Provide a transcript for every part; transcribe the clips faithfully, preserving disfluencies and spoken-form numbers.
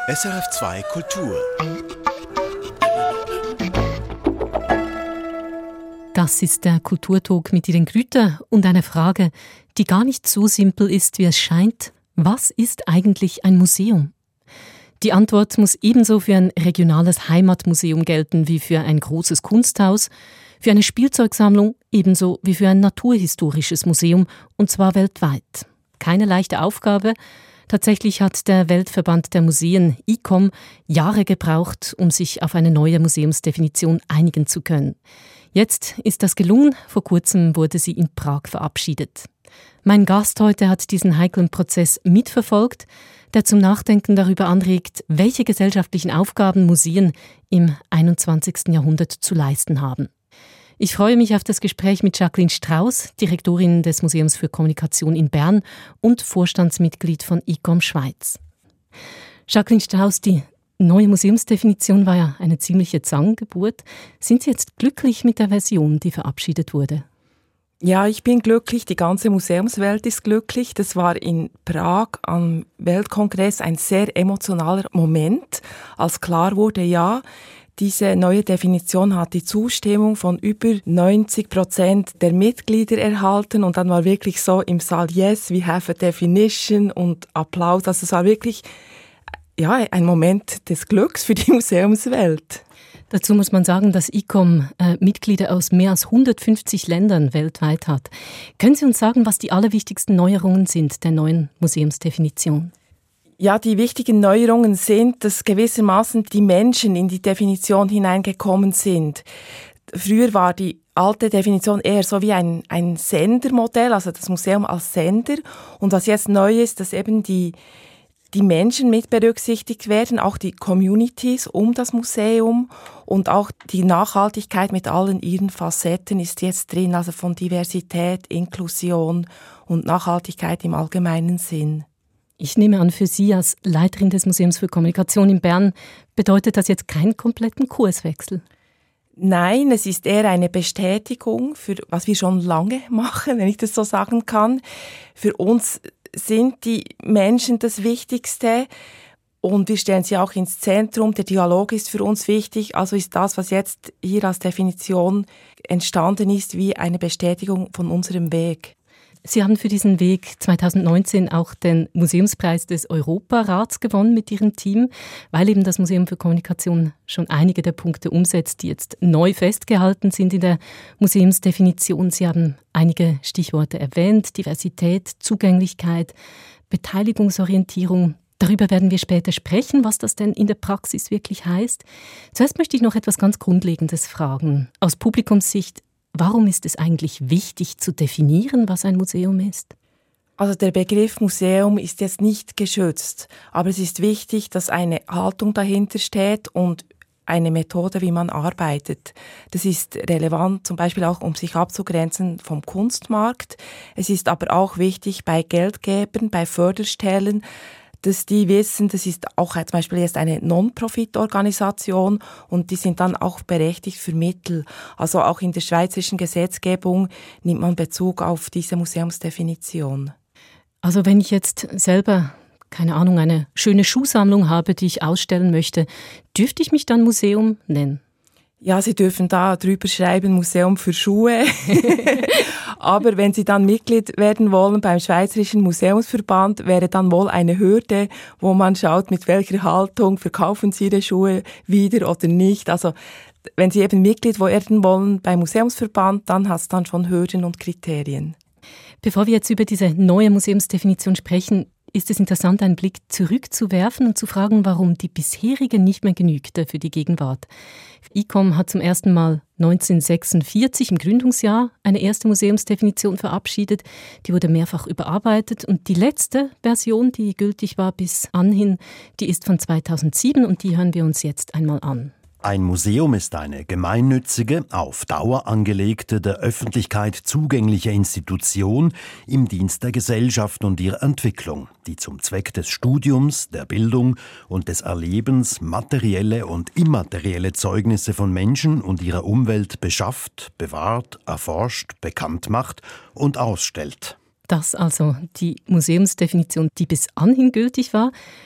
S R F zwei Kultur. Das ist der Kulturtalk mit Irene Grüter und einer Frage, die gar nicht so simpel ist, wie es scheint. Was ist eigentlich ein Museum? Die Antwort muss ebenso für ein regionales Heimatmuseum gelten wie für ein großes Kunsthaus, für eine Spielzeugsammlung ebenso wie für ein naturhistorisches Museum, und zwar weltweit. Keine leichte Aufgabe. Tatsächlich hat der Weltverband der Museen I C O M Jahre gebraucht, um sich auf eine neue Museumsdefinition einigen zu können. Jetzt ist das gelungen, vor kurzem wurde sie in Prag verabschiedet. Mein Gast heute hat diesen heiklen Prozess mitverfolgt, der zum Nachdenken darüber anregt, welche gesellschaftlichen Aufgaben Museen im einundzwanzigsten Jahrhundert zu leisten haben. Ich freue mich auf das Gespräch mit Jacqueline Strauss, Direktorin des Museums für Kommunikation in Bern und Vorstandsmitglied von I C O M Schweiz. Jacqueline Strauss, die neue Museumsdefinition war ja eine ziemliche Zangengeburt. Sind Sie jetzt glücklich mit der Version, die verabschiedet wurde? Ja, ich bin glücklich, die ganze Museumswelt ist glücklich. Das war in Prag am Weltkongress ein sehr emotionaler Moment, als klar wurde, ja, diese neue Definition hat die Zustimmung von über neunzig Prozent der Mitglieder erhalten und dann war wirklich so im Saal, yes, we have a definition und Applaus. Also es war wirklich ja, ein Moment des Glücks für die Museumswelt. Dazu muss man sagen, dass I C O M äh, Mitglieder aus mehr als hundertfünfzig Ländern weltweit hat. Können Sie uns sagen, was die allerwichtigsten Neuerungen sind der neuen Museumsdefinition? Ja, die wichtigen Neuerungen sind, dass gewissermaßen die Menschen in die Definition hineingekommen sind. Früher war die alte Definition eher so wie ein, ein Sendermodell, also das Museum als Sender. Und was jetzt neu ist, dass eben die, die Menschen mit berücksichtigt werden, auch die Communities um das Museum und auch die Nachhaltigkeit mit allen ihren Facetten ist jetzt drin, also von Diversität, Inklusion und Nachhaltigkeit im allgemeinen Sinn. Ich nehme an, für Sie als Leiterin des Museums für Kommunikation in Bern bedeutet das jetzt keinen kompletten Kurswechsel? Nein, es ist eher eine Bestätigung für was wir schon lange machen, wenn ich das so sagen kann. Für uns sind die Menschen das Wichtigste und wir stellen sie auch ins Zentrum. Der Dialog ist für uns wichtig, also ist das, was jetzt hier als Definition entstanden ist, wie eine Bestätigung von unserem Weg. Sie haben für diesen Weg zweitausendneunzehn auch den Museumspreis des Europarats gewonnen mit Ihrem Team, weil eben das Museum für Kommunikation schon einige der Punkte umsetzt, die jetzt neu festgehalten sind in der Museumsdefinition. Sie haben einige Stichworte erwähnt: Diversität, Zugänglichkeit, Beteiligungsorientierung. Darüber werden wir später sprechen, was das denn in der Praxis wirklich heißt. Zuerst möchte ich noch etwas ganz Grundlegendes fragen. Aus Publikumssicht: Warum ist es eigentlich wichtig zu definieren, was ein Museum ist? Also der Begriff Museum ist jetzt nicht geschützt, aber es ist wichtig, dass eine Haltung dahinter steht und eine Methode, wie man arbeitet. Das ist relevant, zum Beispiel auch, um sich abzugrenzen vom Kunstmarkt. Es ist aber auch wichtig bei Geldgebern, bei Förderstellen, dass die wissen, das ist auch zum Beispiel jetzt eine Non-Profit-Organisation und die sind dann auch berechtigt für Mittel. Also auch in der schweizerischen Gesetzgebung nimmt man Bezug auf diese Museumsdefinition. Also wenn ich jetzt selber, keine Ahnung, eine schöne Schuhsammlung habe, die ich ausstellen möchte, dürfte ich mich dann Museum nennen? Ja, Sie dürfen da drüber schreiben, Museum für Schuhe. Aber wenn Sie dann Mitglied werden wollen beim Schweizerischen Museumsverband, wäre dann wohl eine Hürde, wo man schaut, mit welcher Haltung verkaufen Sie Ihre Schuhe wieder oder nicht. Also wenn Sie eben Mitglied werden wollen beim Museumsverband, dann hat es dann schon Hürden und Kriterien. Bevor wir jetzt über diese neue Museumsdefinition sprechen, ist es interessant, einen Blick zurückzuwerfen und zu fragen, warum die bisherige nicht mehr genügte für die Gegenwart. I C O M hat zum ersten Mal neunzehnhundertsechsundvierzig im Gründungsjahr eine erste Museumsdefinition verabschiedet. Die wurde mehrfach überarbeitet und die letzte Version, die gültig war bis anhin, die ist von zweitausendsieben und die hören wir uns jetzt einmal an. Ein Museum ist eine gemeinnützige, auf Dauer angelegte, der Öffentlichkeit zugängliche Institution im Dienst der Gesellschaft und ihrer Entwicklung, die zum Zweck des Studiums, der Bildung und des Erlebens materielle und immaterielle Zeugnisse von Menschen und ihrer Umwelt beschafft, bewahrt, erforscht, bekannt macht und ausstellt. Das also die Museumsdefinition, die bis anhin gültig war.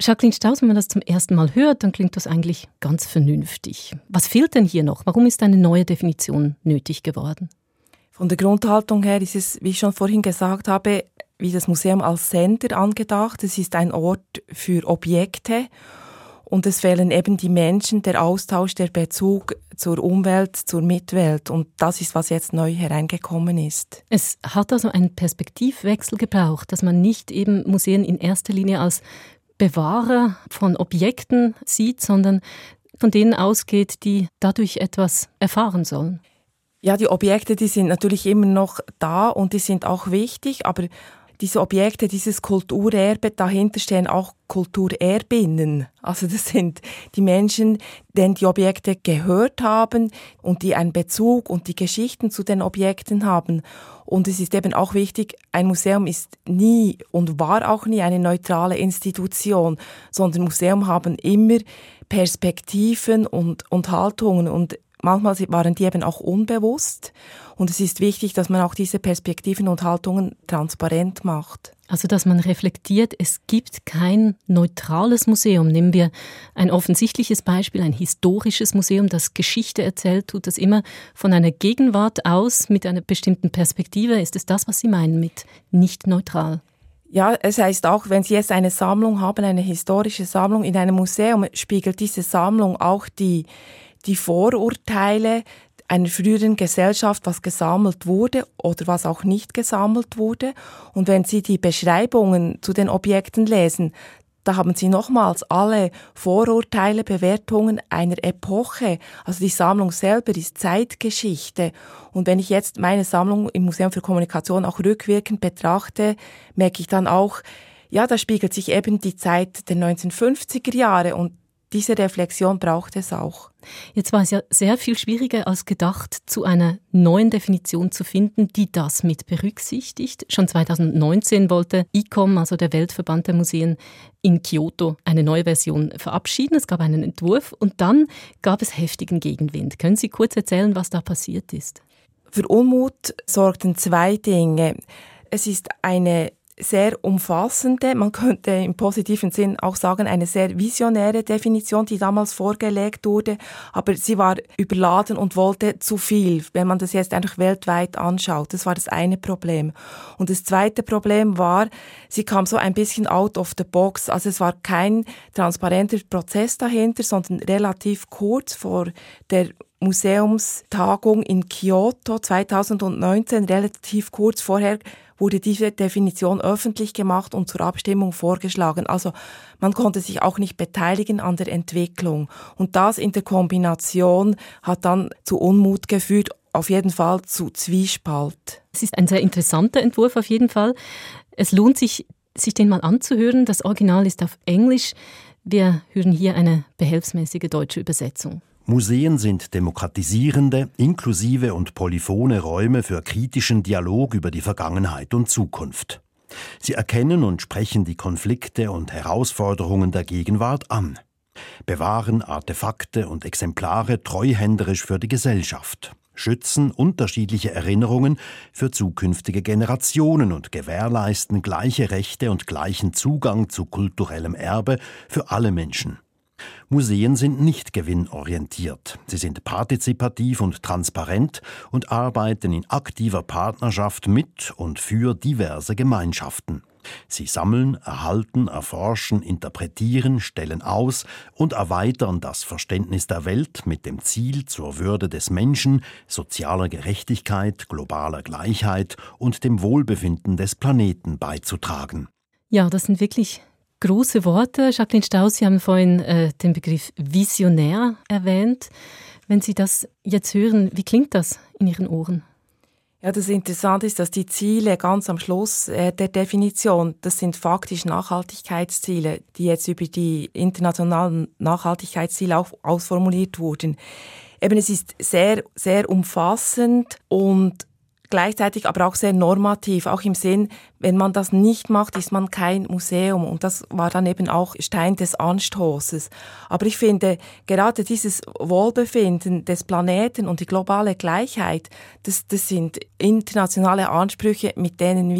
Jacqueline Stauss, wenn man das zum ersten Mal hört, dann klingt das eigentlich ganz vernünftig. Was fehlt denn hier noch? Warum ist eine neue Definition nötig geworden? Von der Grundhaltung her ist es, wie ich schon vorhin gesagt habe, wie das Museum als Sender angedacht. Es ist ein Ort für Objekte und es fehlen eben die Menschen, der Austausch, der Bezug zur Umwelt, zur Mitwelt. Und das ist, was jetzt neu hereingekommen ist. Es hat also einen Perspektivwechsel gebraucht, dass man nicht eben Museen in erster Linie als Bewahrer von Objekten sieht, sondern von denen ausgeht, die dadurch etwas erfahren sollen. Ja, die Objekte, die sind natürlich immer noch da und die sind auch wichtig, aber diese Objekte, dieses Kulturerbe, dahinter stehen auch Kulturerbinnen. Also das sind die Menschen, denen die Objekte gehört haben und die einen Bezug und die Geschichten zu den Objekten haben. Und es ist eben auch wichtig, ein Museum ist nie und war auch nie eine neutrale Institution, sondern Museen haben immer Perspektiven und, und Haltungen und manchmal waren die eben auch unbewusst und es ist wichtig, dass man auch diese Perspektiven und Haltungen transparent macht. Also dass man reflektiert, es gibt kein neutrales Museum. Nehmen wir ein offensichtliches Beispiel, ein historisches Museum, das Geschichte erzählt, tut das immer von einer Gegenwart aus mit einer bestimmten Perspektive. Ist es das, was Sie meinen mit nicht neutral? Ja, es heißt auch, wenn Sie jetzt eine Sammlung haben, eine historische Sammlung in einem Museum, spiegelt diese Sammlung auch die die Vorurteile einer früheren Gesellschaft, was gesammelt wurde oder was auch nicht gesammelt wurde. Und wenn Sie die Beschreibungen zu den Objekten lesen, da haben Sie nochmals alle Vorurteile, Bewertungen einer Epoche. Also die Sammlung selber ist Zeitgeschichte. Und wenn ich jetzt meine Sammlung im Museum für Kommunikation auch rückwirkend betrachte, merke ich dann auch, ja, da spiegelt sich eben die Zeit der neunzehnhundertfünfziger Jahre und diese Reflexion braucht es auch. Jetzt war es ja sehr viel schwieriger als gedacht, zu einer neuen Definition zu finden, die das mit berücksichtigt. Schon zweitausendneunzehn wollte I C O M, also der Weltverband der Museen, in Kyoto eine neue Version verabschieden. Es gab einen Entwurf und dann gab es heftigen Gegenwind. Können Sie kurz erzählen, was da passiert ist? Für Unmut sorgten zwei Dinge. Es ist eine sehr umfassende, man könnte im positiven Sinn auch sagen, eine sehr visionäre Definition, die damals vorgelegt wurde, aber sie war überladen und wollte zu viel, wenn man das jetzt einfach weltweit anschaut. Das war das eine Problem. Und das zweite Problem war, sie kam so ein bisschen out of the box, also es war kein transparenter Prozess dahinter, sondern relativ kurz vor der Museumstagung in Kyoto zweitausendneunzehn, relativ kurz vorher, wurde diese Definition öffentlich gemacht und zur Abstimmung vorgeschlagen. Also man konnte sich auch nicht beteiligen an der Entwicklung. Und das in der Kombination hat dann zu Unmut geführt, auf jeden Fall zu Zwiespalt. Es ist ein sehr interessanter Entwurf auf jeden Fall. Es lohnt sich, sich den mal anzuhören. Das Original ist auf Englisch. Wir hören hier eine behelfsmäßige deutsche Übersetzung. Museen sind demokratisierende, inklusive und polyphone Räume für kritischen Dialog über die Vergangenheit und Zukunft. Sie erkennen und sprechen die Konflikte und Herausforderungen der Gegenwart an, bewahren Artefakte und Exemplare treuhänderisch für die Gesellschaft, schützen unterschiedliche Erinnerungen für zukünftige Generationen und gewährleisten gleiche Rechte und gleichen Zugang zu kulturellem Erbe für alle Menschen. Museen sind nicht gewinnorientiert. Sie sind partizipativ und transparent und arbeiten in aktiver Partnerschaft mit und für diverse Gemeinschaften. Sie sammeln, erhalten, erforschen, interpretieren, stellen aus und erweitern das Verständnis der Welt mit dem Ziel, zur Würde des Menschen, sozialer Gerechtigkeit, globaler Gleichheit und dem Wohlbefinden des Planeten beizutragen. Ja, das sind wirklich große Worte. Jacqueline Stauss, Sie haben vorhin äh, den Begriff visionär erwähnt. Wenn Sie das jetzt hören, wie klingt das in Ihren Ohren? Ja, das Interessante ist, dass die Ziele ganz am Schluss äh, der Definition, das sind faktisch Nachhaltigkeitsziele, die jetzt über die internationalen Nachhaltigkeitsziele auch ausformuliert wurden. Eben, es ist sehr, sehr umfassend und gleichzeitig aber auch sehr normativ, auch im Sinn, wenn man das nicht macht, ist man kein Museum. Und das war dann eben auch Stein des Anstoßes. Aber ich finde, gerade dieses Wohlbefinden des Planeten und die globale Gleichheit, das, das sind internationale Ansprüche, mit denen wir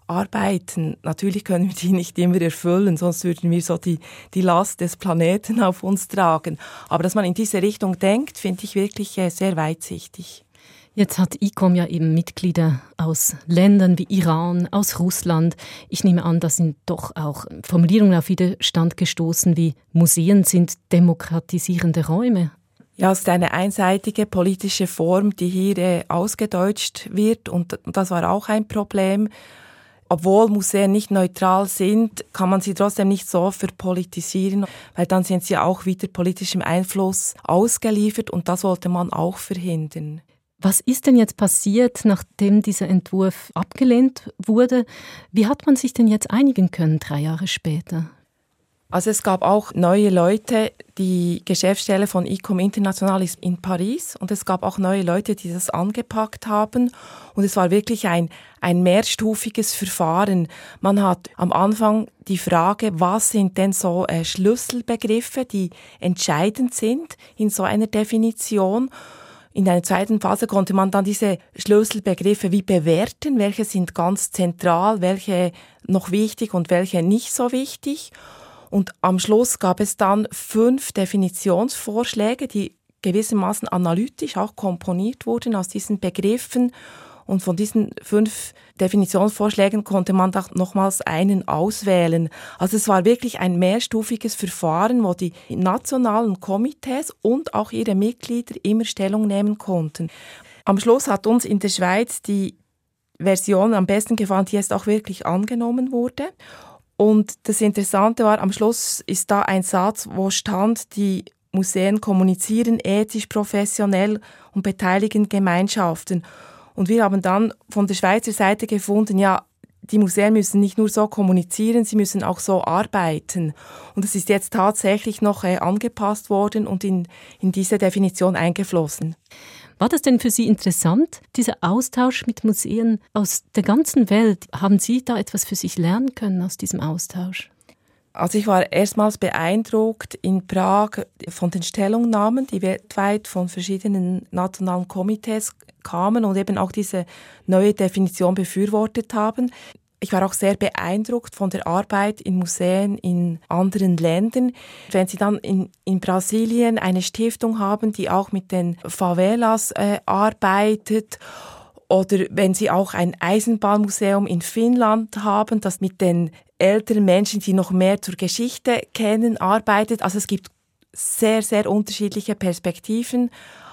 arbeiten. Natürlich können wir die nicht immer erfüllen, sonst würden wir so die, die Last des Planeten auf uns tragen. Aber dass man in diese Richtung denkt, finde ich wirklich äh, sehr weitsichtig. Jetzt hat I C O M ja eben Mitglieder aus Ländern wie Iran, aus Russland. Ich nehme an, da sind doch auch Formulierungen auf Widerstand gestoßen, wie Museen sind demokratisierende Räume. Ja, es ist eine einseitige politische Form, die hier äh, ausgedeutscht wird, und das war auch ein Problem. Obwohl Museen nicht neutral sind, kann man sie trotzdem nicht so verpolitisieren, weil dann sind sie auch wieder politischem Einfluss ausgeliefert, und das wollte man auch verhindern. Was ist denn jetzt passiert, nachdem dieser Entwurf abgelehnt wurde? Wie hat man sich denn jetzt einigen können, drei Jahre später? Also es gab auch neue Leute, die Geschäftsstelle von I C O M International ist in Paris, und es gab auch neue Leute, die das angepackt haben, und es war wirklich ein, ein mehrstufiges Verfahren. Man hat am Anfang die Frage, was sind denn so äh, Schlüsselbegriffe, die entscheidend sind in so einer Definition. In einer zweiten Phase konnte man dann diese Schlüsselbegriffe wie bewerten, welche sind ganz zentral, welche noch wichtig und welche nicht so wichtig. Und am Schluss gab es dann fünf Definitionsvorschläge, die gewissermaßen analytisch auch komponiert wurden aus diesen Begriffen. Und von diesen fünf Definitionsvorschlägen konnte man dann nochmals einen auswählen. Also es war wirklich ein mehrstufiges Verfahren, wo die nationalen Komitees und auch ihre Mitglieder immer Stellung nehmen konnten. Am Schluss hat uns in der Schweiz die Version am besten gefallen, die jetzt auch wirklich angenommen wurde. Und das Interessante war, am Schluss ist da ein Satz, wo stand, die Museen kommunizieren ethisch, professionell und beteiligen Gemeinschaften. Und wir haben dann von der Schweizer Seite gefunden, ja, die Museen müssen nicht nur so kommunizieren, sie müssen auch so arbeiten. Und es ist jetzt tatsächlich noch äh, angepasst worden und in, in diese Definition eingeflossen. War das denn für Sie interessant, dieser Austausch mit Museen aus der ganzen Welt? Haben Sie da etwas für sich lernen können aus diesem Austausch? Also ich war erstmals beeindruckt in Prag von den Stellungnahmen, die weltweit von verschiedenen nationalen Komitees kamen und eben auch diese neue Definition befürwortet haben. Ich war auch sehr beeindruckt von der Arbeit in Museen in anderen Ländern. Wenn Sie dann in, in Brasilien eine Stiftung haben, die auch mit den Favelas äh, arbeitet, oder wenn Sie auch ein Eisenbahnmuseum in Finnland haben, das mit den älteren Menschen, die noch mehr zur Geschichte kennen, arbeitet. Also es gibt sehr, sehr unterschiedliche Perspektiven.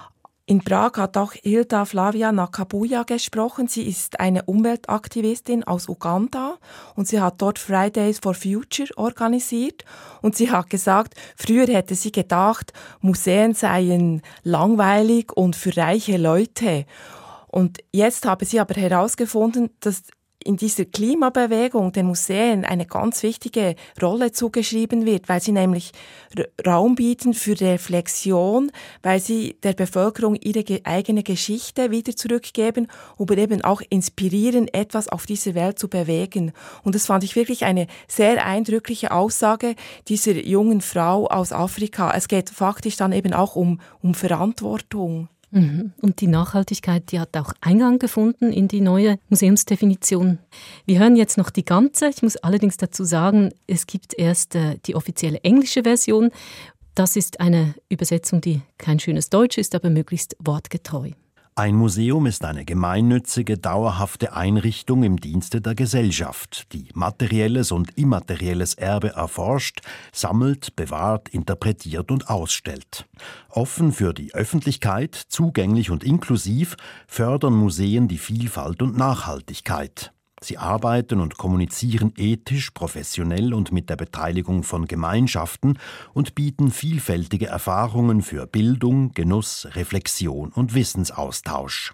In Prag hat auch Hilda Flavia Nakabuya gesprochen. Sie ist eine Umweltaktivistin aus Uganda und sie hat dort Fridays for Future organisiert. Und sie hat gesagt, früher hätte sie gedacht, Museen seien langweilig und für reiche Leute. Und jetzt habe sie aber herausgefunden, dass in dieser Klimabewegung den Museen eine ganz wichtige Rolle zugeschrieben wird, weil sie nämlich Raum bieten für Reflexion, weil sie der Bevölkerung ihre eigene Geschichte wieder zurückgeben, aber eben auch inspirieren, etwas auf dieser Welt zu bewegen. Und das fand ich wirklich eine sehr eindrückliche Aussage dieser jungen Frau aus Afrika. Es geht faktisch dann eben auch um, um Verantwortung. Und die Nachhaltigkeit, die hat auch Eingang gefunden in die neue Museumsdefinition. Wir hören jetzt noch die ganze. Ich muss allerdings dazu sagen, es gibt erst äh, die offizielle englische Version. Das ist eine Übersetzung, die kein schönes Deutsch ist, aber möglichst wortgetreu. Ein Museum ist eine gemeinnützige, dauerhafte Einrichtung im Dienste der Gesellschaft, die materielles und immaterielles Erbe erforscht, sammelt, bewahrt, interpretiert und ausstellt. Offen für die Öffentlichkeit, zugänglich und inklusiv, fördern Museen die Vielfalt und Nachhaltigkeit. Sie arbeiten und kommunizieren ethisch, professionell und mit der Beteiligung von Gemeinschaften und bieten vielfältige Erfahrungen für Bildung, Genuss, Reflexion und Wissensaustausch.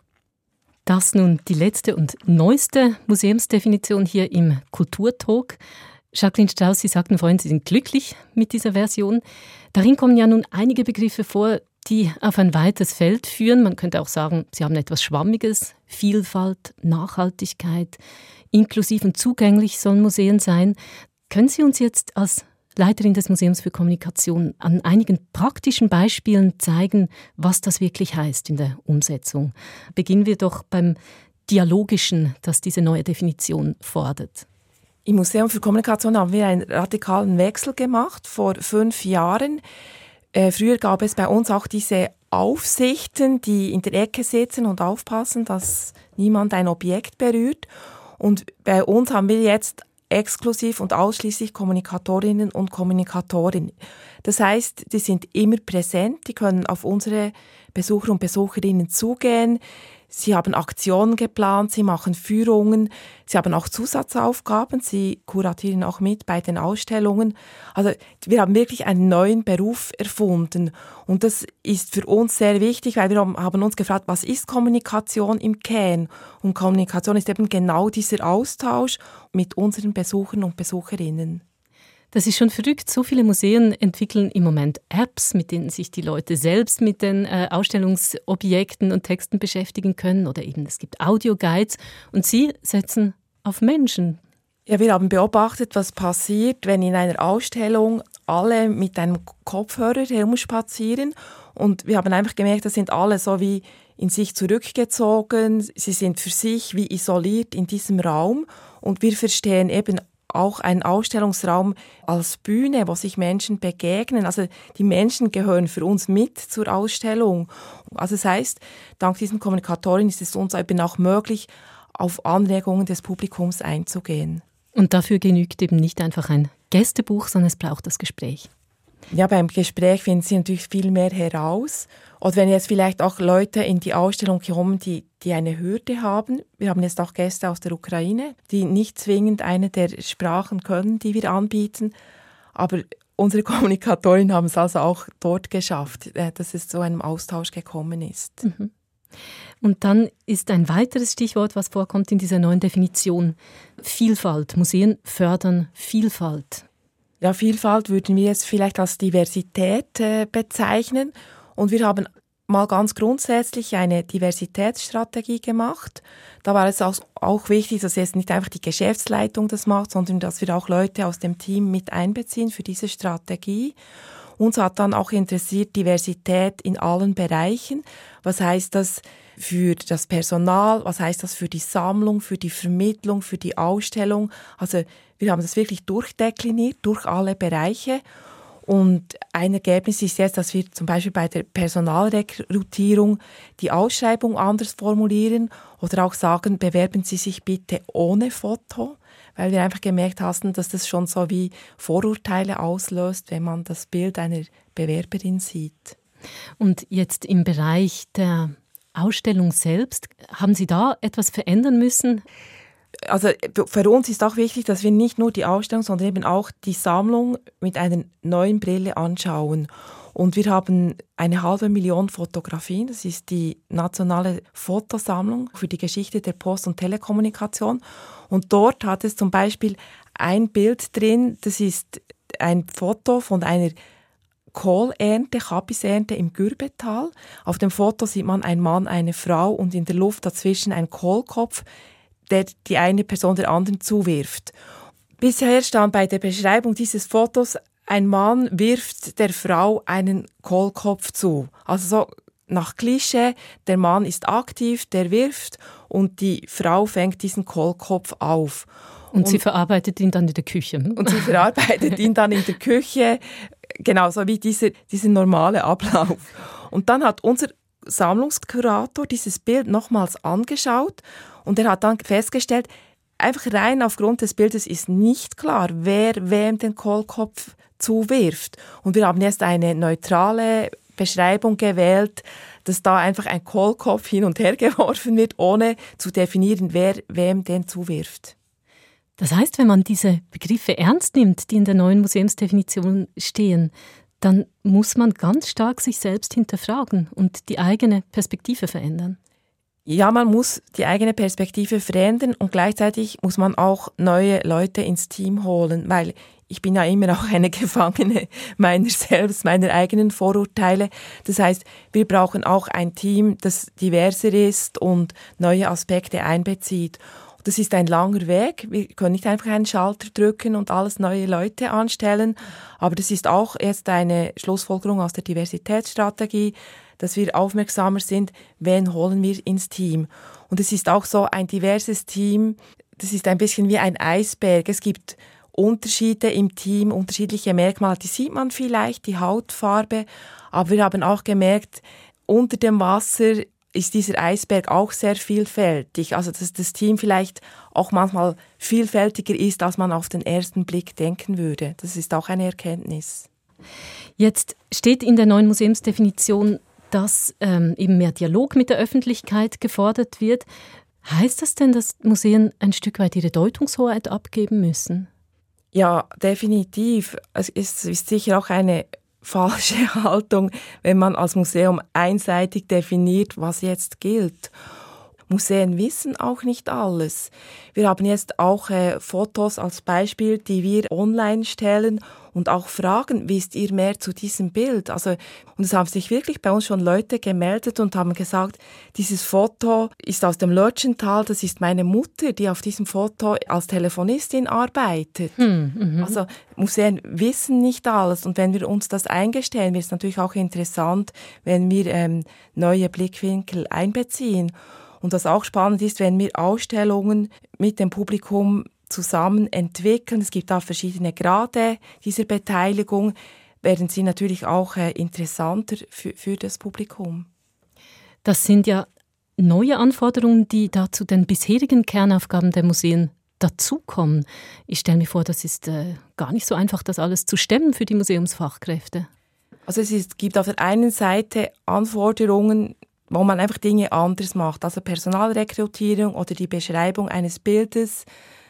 Das nun die letzte und neueste Museumsdefinition hier im Kulturtalk. Jacqueline Strauss, Sie sagten vorhin, Sie sind glücklich mit dieser Version. Darin kommen ja nun einige Begriffe vor, die auf ein weites Feld führen. Man könnte auch sagen, sie haben etwas Schwammiges. Vielfalt, Nachhaltigkeit, inklusiv und zugänglich sollen Museen sein. Können Sie uns jetzt als Leiterin des Museums für Kommunikation an einigen praktischen Beispielen zeigen, was das wirklich heißt in der Umsetzung? Beginnen wir doch beim Dialogischen, das diese neue Definition fordert? Im Museum für Kommunikation haben wir einen radikalen Wechsel gemacht vor fünf Jahren. Äh, früher gab es bei uns auch diese Aufsichten, die in der Ecke sitzen und aufpassen, dass niemand ein Objekt berührt. Und bei uns haben wir jetzt exklusiv und ausschließlich Kommunikatorinnen und Kommunikatoren. Das heißt, die sind immer präsent, die können auf unsere Besucher und Besucherinnen zugehen. Sie haben Aktionen geplant, sie machen Führungen, sie haben auch Zusatzaufgaben, sie kuratieren auch mit bei den Ausstellungen. Also wir haben wirklich einen neuen Beruf erfunden und das ist für uns sehr wichtig, weil wir haben uns gefragt, was ist Kommunikation im Kern? Und Kommunikation ist eben genau dieser Austausch mit unseren Besuchern und Besucherinnen. Das ist schon verrückt. So viele Museen entwickeln im Moment Apps, mit denen sich die Leute selbst mit den äh, Ausstellungsobjekten und Texten beschäftigen können. Oder eben es gibt Audioguides. Und Sie setzen auf Menschen. Ja, wir haben beobachtet, was passiert, wenn in einer Ausstellung alle mit einem Kopfhörer herumspazieren. Und wir haben einfach gemerkt, das sind alle so wie in sich zurückgezogen. Sie sind für sich wie isoliert in diesem Raum. Und wir verstehen eben auch ein Ausstellungsraum als Bühne, wo sich Menschen begegnen. Also die Menschen gehören für uns mit zur Ausstellung. Also das heisst, dank diesen Kommunikatorinnen ist es uns eben auch möglich, auf Anregungen des Publikums einzugehen. Und dafür genügt eben nicht einfach ein Gästebuch, sondern es braucht das Gespräch. Ja, beim Gespräch finden Sie natürlich viel mehr heraus. Oder wenn jetzt vielleicht auch Leute in die Ausstellung kommen, die, die eine Hürde haben. Wir haben jetzt auch Gäste aus der Ukraine, die nicht zwingend eine der Sprachen können, die wir anbieten. Aber unsere Kommunikatorinnen haben es also auch dort geschafft, dass es zu einem Austausch gekommen ist. Mhm. Und dann ist ein weiteres Stichwort, was vorkommt in dieser neuen Definition, Vielfalt. Museen fördern Vielfalt. Ja, Vielfalt würden wir jetzt vielleicht als Diversität äh, bezeichnen. Und wir haben mal ganz grundsätzlich eine Diversitätsstrategie gemacht. Da war es auch, auch wichtig, dass jetzt nicht einfach die Geschäftsleitung das macht, sondern dass wir auch Leute aus dem Team mit einbeziehen für diese Strategie. Uns hat dann auch interessiert Diversität in allen Bereichen. Was heißt das für das Personal? Was heißt das für die Sammlung, für die Vermittlung, für die Ausstellung? Also wir haben das wirklich durchdekliniert, durch alle Bereiche. Und ein Ergebnis ist jetzt, dass wir zum Beispiel bei der Personalrekrutierung die Ausschreibung anders formulieren oder auch sagen, bewerben Sie sich bitte ohne Foto, weil wir einfach gemerkt haben, dass das schon so wie Vorurteile auslöst, wenn man das Bild einer Bewerberin sieht. Und jetzt im Bereich der Ausstellung selbst, haben Sie da etwas verändern müssen? Also für uns ist auch wichtig, dass wir nicht nur die Ausstellung, sondern eben auch die Sammlung mit einer neuen Brille anschauen. Und wir haben eine halbe Million Fotografien. Das ist die nationale Fotosammlung für die Geschichte der Post- und Telekommunikation. Und dort hat es zum Beispiel ein Bild drin, das ist ein Foto von einer Kohlernte, Kabisernte im Gürbetal. Auf dem Foto sieht man einen Mann, eine Frau und in der Luft dazwischen ein Kohlkopf, der die eine Person der anderen zuwirft. Bisher stand bei der Beschreibung dieses Fotos, ein Mann wirft der Frau einen Kohlkopf zu. Also so nach Klischee, der Mann ist aktiv, der wirft und die Frau fängt diesen Kohlkopf auf. Und, und sie verarbeitet ihn dann in der Küche. Und sie verarbeitet ihn dann in der Küche, genau so wie dieser, dieser normale Ablauf. Und dann hat unser Sammlungskurator dieses Bild nochmals angeschaut und er hat dann festgestellt, einfach rein aufgrund des Bildes ist nicht klar, wer wem den Kohlkopf zuwirft. Und wir haben jetzt eine neutrale Beschreibung gewählt, dass da einfach ein Kohlkopf hin und her geworfen wird, ohne zu definieren, wer wem den zuwirft. Das heißt, wenn man diese Begriffe ernst nimmt, die in der neuen Museumsdefinition stehen, dann muss man ganz stark sich selbst hinterfragen und die eigene Perspektive verändern. Ja, man muss die eigene Perspektive verändern und gleichzeitig muss man auch neue Leute ins Team holen, weil ich bin ja immer auch eine Gefangene meiner selbst, meiner eigenen Vorurteile. Das heißt, wir brauchen auch ein Team, das diverser ist und neue Aspekte einbezieht. Das ist ein langer Weg. Wir können nicht einfach einen Schalter drücken und alles neue Leute anstellen. Aber das ist auch jetzt eine Schlussfolgerung aus der Diversitätsstrategie, dass wir aufmerksamer sind, wen holen wir ins Team. Und es ist auch so ein diverses Team. Das ist ein bisschen wie ein Eisberg. Es gibt Unterschiede im Team, unterschiedliche Merkmale, die sieht man vielleicht, die Hautfarbe. Aber wir haben auch gemerkt, unter dem Wasser ist dieser Eisberg auch sehr vielfältig. Also dass das Team vielleicht auch manchmal vielfältiger ist, als man auf den ersten Blick denken würde. Das ist auch eine Erkenntnis. Jetzt steht in der neuen Museumsdefinition, dass ähm, eben mehr Dialog mit der Öffentlichkeit gefordert wird. Heißt das denn, dass Museen ein Stück weit ihre Deutungshoheit abgeben müssen? Ja, definitiv. Es ist, ist sicher auch eine falsche Haltung, wenn man als Museum einseitig definiert, was jetzt gilt. Museen wissen auch nicht alles. Wir haben jetzt auch äh, Fotos als Beispiel, die wir online stellen und auch fragen, wisst ihr mehr zu diesem Bild? Also, und es haben sich wirklich bei uns schon Leute gemeldet und haben gesagt, dieses Foto ist aus dem Lörtschental, das ist meine Mutter, die auf diesem Foto als Telefonistin arbeitet. Hm, mhm. Also Museen wissen nicht alles und wenn wir uns das eingestehen, wird es natürlich auch interessant, wenn wir ähm, neue Blickwinkel einbeziehen. Und was auch spannend ist, wenn wir Ausstellungen mit dem Publikum zusammen entwickeln, es gibt auch verschiedene Grade dieser Beteiligung, werden sie natürlich auch äh, interessanter für, für das Publikum. Das sind ja neue Anforderungen, die da zu den bisherigen Kernaufgaben der Museen dazukommen. Ich stelle mir vor, das ist äh, gar nicht so einfach, das alles zu stemmen für die Museumsfachkräfte. Also es ist, gibt auf der einen Seite Anforderungen, wo man einfach Dinge anders macht. Also Personalrekrutierung oder die Beschreibung eines Bildes,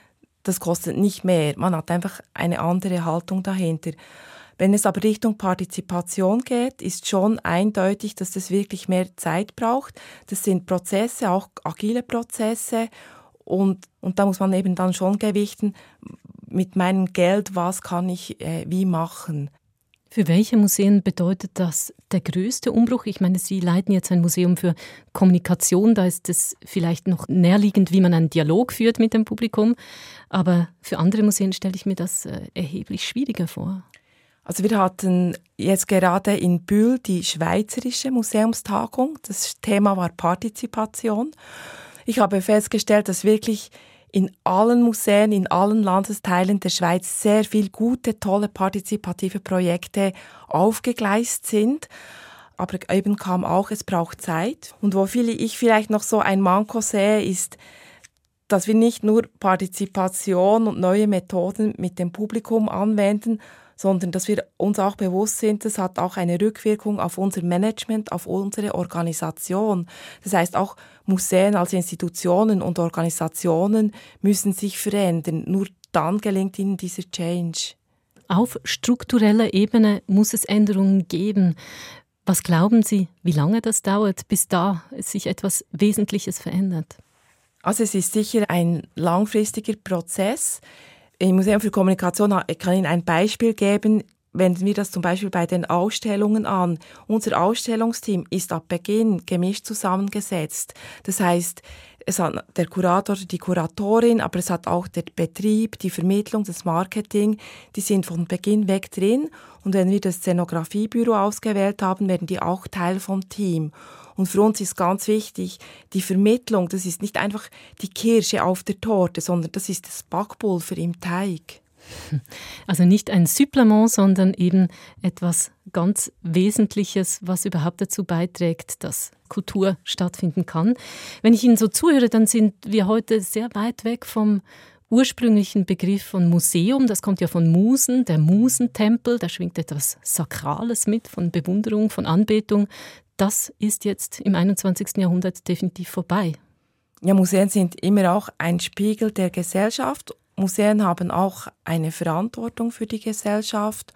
das kostet nicht mehr. Man hat einfach eine andere Haltung dahinter. Wenn es aber Richtung Partizipation geht, ist schon eindeutig, dass das wirklich mehr Zeit braucht. Das sind Prozesse, auch agile Prozesse. Und, und da muss man eben dann schon gewichten, mit meinem Geld, was kann ich äh, wie machen. Für welche Museen bedeutet das der größte Umbruch? Ich meine, Sie leiten jetzt ein Museum für Kommunikation, da ist es vielleicht noch näherliegend, wie man einen Dialog führt mit dem Publikum. Aber für andere Museen stelle ich mir das erheblich schwieriger vor. Also wir hatten jetzt gerade in Bühl die Schweizerische Museumstagung. Das Thema war Partizipation. Ich habe festgestellt, dass wirklich in allen Museen, in allen Landesteilen der Schweiz sehr viele gute, tolle, partizipative Projekte aufgegleist sind. Aber eben kam auch, es braucht Zeit. Und wo viele ich vielleicht noch so ein Manko sehe, ist, dass wir nicht nur Partizipation und neue Methoden mit dem Publikum anwenden, sondern dass wir uns auch bewusst sind, das hat auch eine Rückwirkung auf unser Management, auf unsere Organisation. Das heißt, auch Museen als Institutionen und Organisationen müssen sich verändern. Nur dann gelingt ihnen dieser Change. Auf struktureller Ebene muss es Änderungen geben. Was glauben Sie, wie lange das dauert, bis da sich etwas Wesentliches verändert? Also es ist sicher ein langfristiger Prozess. Im Museum für Kommunikation ich kann Ihnen ein Beispiel geben. Wenden wir das zum Beispiel bei den Ausstellungen an. Unser Ausstellungsteam ist ab Beginn gemischt zusammengesetzt. Das heißt, es hat der Kurator oder die Kuratorin, aber es hat auch der Betrieb, die Vermittlung, das Marketing, die sind von Beginn weg drin. Und wenn wir das Szenografiebüro ausgewählt haben, werden die auch Teil vom Team. Und für uns ist ganz wichtig, die Vermittlung, das ist nicht einfach die Kirsche auf der Torte, sondern das ist das Backpulver im Teig. Also nicht ein Supplement, sondern eben etwas ganz Wesentliches, was überhaupt dazu beiträgt, dass Kultur stattfinden kann. Wenn ich Ihnen so zuhöre, dann sind wir heute sehr weit weg vom ursprünglichen Begriff von Museum. Das kommt ja von Musen, der Musentempel. Da schwingt etwas Sakrales mit, von Bewunderung, von Anbetung. Das ist jetzt im einundzwanzigsten Jahrhundert definitiv vorbei. Ja, Museen sind immer auch ein Spiegel der Gesellschaft. Museen haben auch eine Verantwortung für die Gesellschaft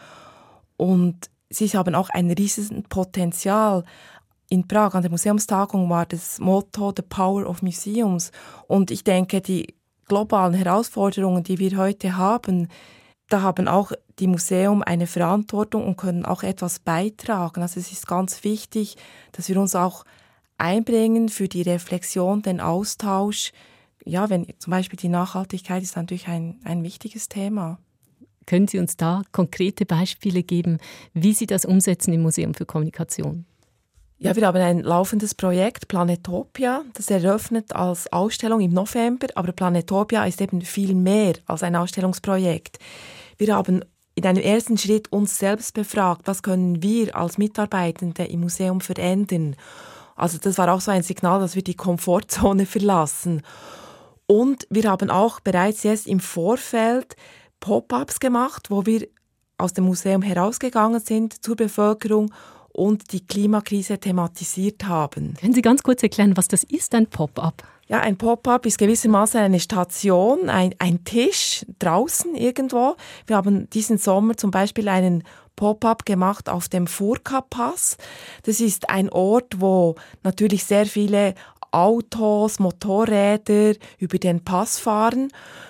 und sie haben auch ein riesiges Potenzial. In Prag an der Museumstagung war das Motto The Power of Museums. Und ich denke, die globalen Herausforderungen, die wir heute haben, da haben auch die Museen eine Verantwortung und können auch etwas beitragen. Also es ist ganz wichtig, dass wir uns auch einbringen für die Reflexion, den Austausch. Ja, wenn zum Beispiel die Nachhaltigkeit ist natürlich ein, ein wichtiges Thema. Können Sie uns da konkrete Beispiele geben, wie Sie das umsetzen im Museum für Kommunikation? Ja, wir haben ein laufendes Projekt, Planetopia, das eröffnet als Ausstellung im November, aber Planetopia ist eben viel mehr als ein Ausstellungsprojekt. Wir haben in einem ersten Schritt uns selbst befragt, was können wir als Mitarbeitende im Museum verändern. Also das war auch so ein Signal, dass wir die Komfortzone verlassen. Und wir haben auch bereits jetzt im Vorfeld Pop-ups gemacht, wo wir aus dem Museum herausgegangen sind zur Bevölkerung und die Klimakrise thematisiert haben. Können Sie ganz kurz erklären, was das ist, ein Pop-up? Ja, ein Pop-up ist gewissermaßen eine Station, ein, ein Tisch draußen irgendwo. Wir haben diesen Sommer zum Beispiel einen Pop-up gemacht auf dem Furka-Pass. Das ist ein Ort, wo natürlich sehr viele Autos, Motorräder über den Pass fahren.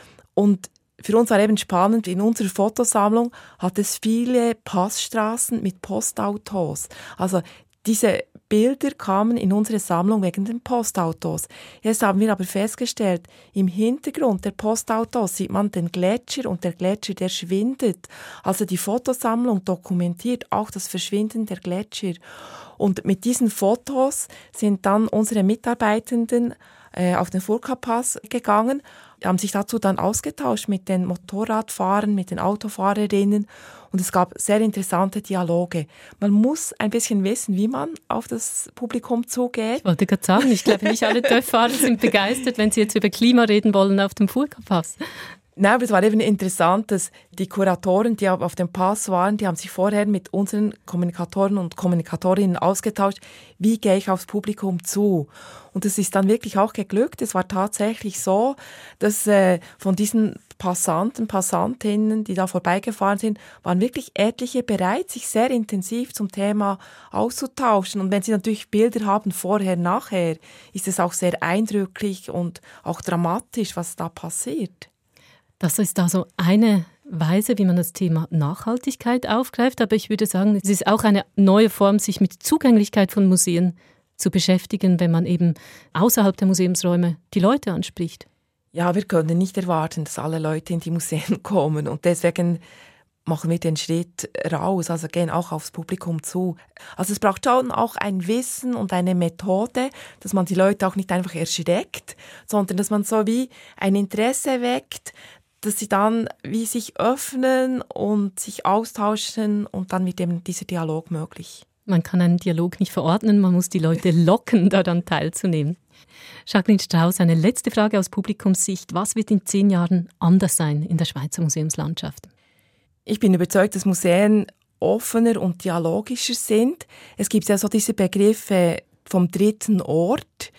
Und für uns war eben spannend, in unserer Fotosammlung hat es viele Passstraßen mit Postautos. Also diese Bilder kamen in unsere Sammlung wegen den Postautos. Jetzt haben wir aber festgestellt, im Hintergrund der Postautos sieht man den Gletscher und der Gletscher, der schwindet. Also die Fotosammlung dokumentiert auch das Verschwinden der Gletscher. Und mit diesen Fotos sind dann unsere Mitarbeitenden äh, auf den Furka-Pass gegangen, haben sich dazu dann ausgetauscht mit den Motorradfahrern, mit den Autofahrerinnen und es gab sehr interessante Dialoge. Man muss ein bisschen wissen, wie man auf das Publikum zugeht. Ich wollte gerade sagen, ich glaube, nicht alle Töfffahrer sind begeistert, wenn sie jetzt über Klima reden wollen auf dem Furka-Pass. Nein, aber es war eben interessant, dass die Kuratoren, die auf dem Pass waren, die haben sich vorher mit unseren Kommunikatoren und Kommunikatorinnen ausgetauscht, wie gehe ich aufs Publikum zu. Und es ist dann wirklich auch geglückt. Es war tatsächlich so, dass äh, von diesen Passanten, Passantinnen, die da vorbeigefahren sind, waren wirklich etliche bereit, sich sehr intensiv zum Thema auszutauschen. Und wenn sie natürlich Bilder haben, vorher, nachher, ist es auch sehr eindrücklich und auch dramatisch, was da passiert. Das ist also eine Weise, wie man das Thema Nachhaltigkeit aufgreift. Aber ich würde sagen, es ist auch eine neue Form, sich mit Zugänglichkeit von Museen zu beschäftigen, wenn man eben außerhalb der Museumsräume die Leute anspricht. Ja, wir können nicht erwarten, dass alle Leute in die Museen kommen. Und deswegen machen wir den Schritt raus, also gehen auch aufs Publikum zu. Also es braucht schon auch ein Wissen und eine Methode, dass man die Leute auch nicht einfach erschreckt, sondern dass man so wie ein Interesse weckt, dass sie dann wie sich öffnen und sich austauschen und dann wird eben dieser Dialog möglich. Man kann einen Dialog nicht verordnen, man muss die Leute locken, daran teilzunehmen. Jacqueline Strauss, eine letzte Frage aus Publikumssicht. Was wird in zehn Jahren anders sein in der Schweizer Museumslandschaft? Ich bin überzeugt, dass Museen offener und dialogischer sind. Es gibt ja so diese Begriffe vom dritten Ort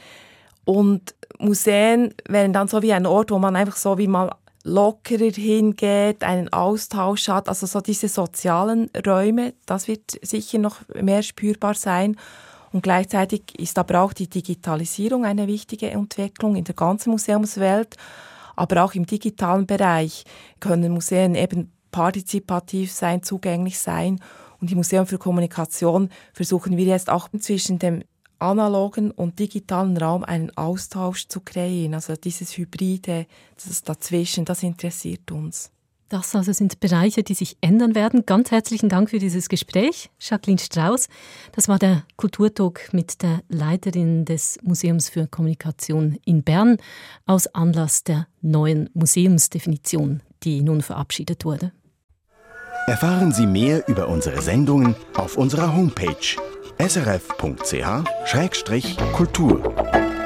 und Museen wären dann so wie ein Ort, wo man einfach so wie mal lockerer hingeht, einen Austausch hat, also so diese sozialen Räume, das wird sicher noch mehr spürbar sein. Und gleichzeitig ist aber auch die Digitalisierung eine wichtige Entwicklung in der ganzen Museumswelt, aber auch im digitalen Bereich können Museen eben partizipativ sein, zugänglich sein. Und im Museum für Kommunikation versuchen wir jetzt auch zwischen dem analogen und digitalen Raum einen Austausch zu kreieren. Also dieses Hybride, das dazwischen, das interessiert uns. Das also sind Bereiche, die sich ändern werden. Ganz herzlichen Dank für dieses Gespräch, Jacqueline Strauss. Das war der Kulturtalk mit der Leiterin des Museums für Kommunikation in Bern aus Anlass der neuen Museumsdefinition, die nun verabschiedet wurde. Erfahren Sie mehr über unsere Sendungen auf unserer Homepage s r f punkt c h Schrägstrich Kultur.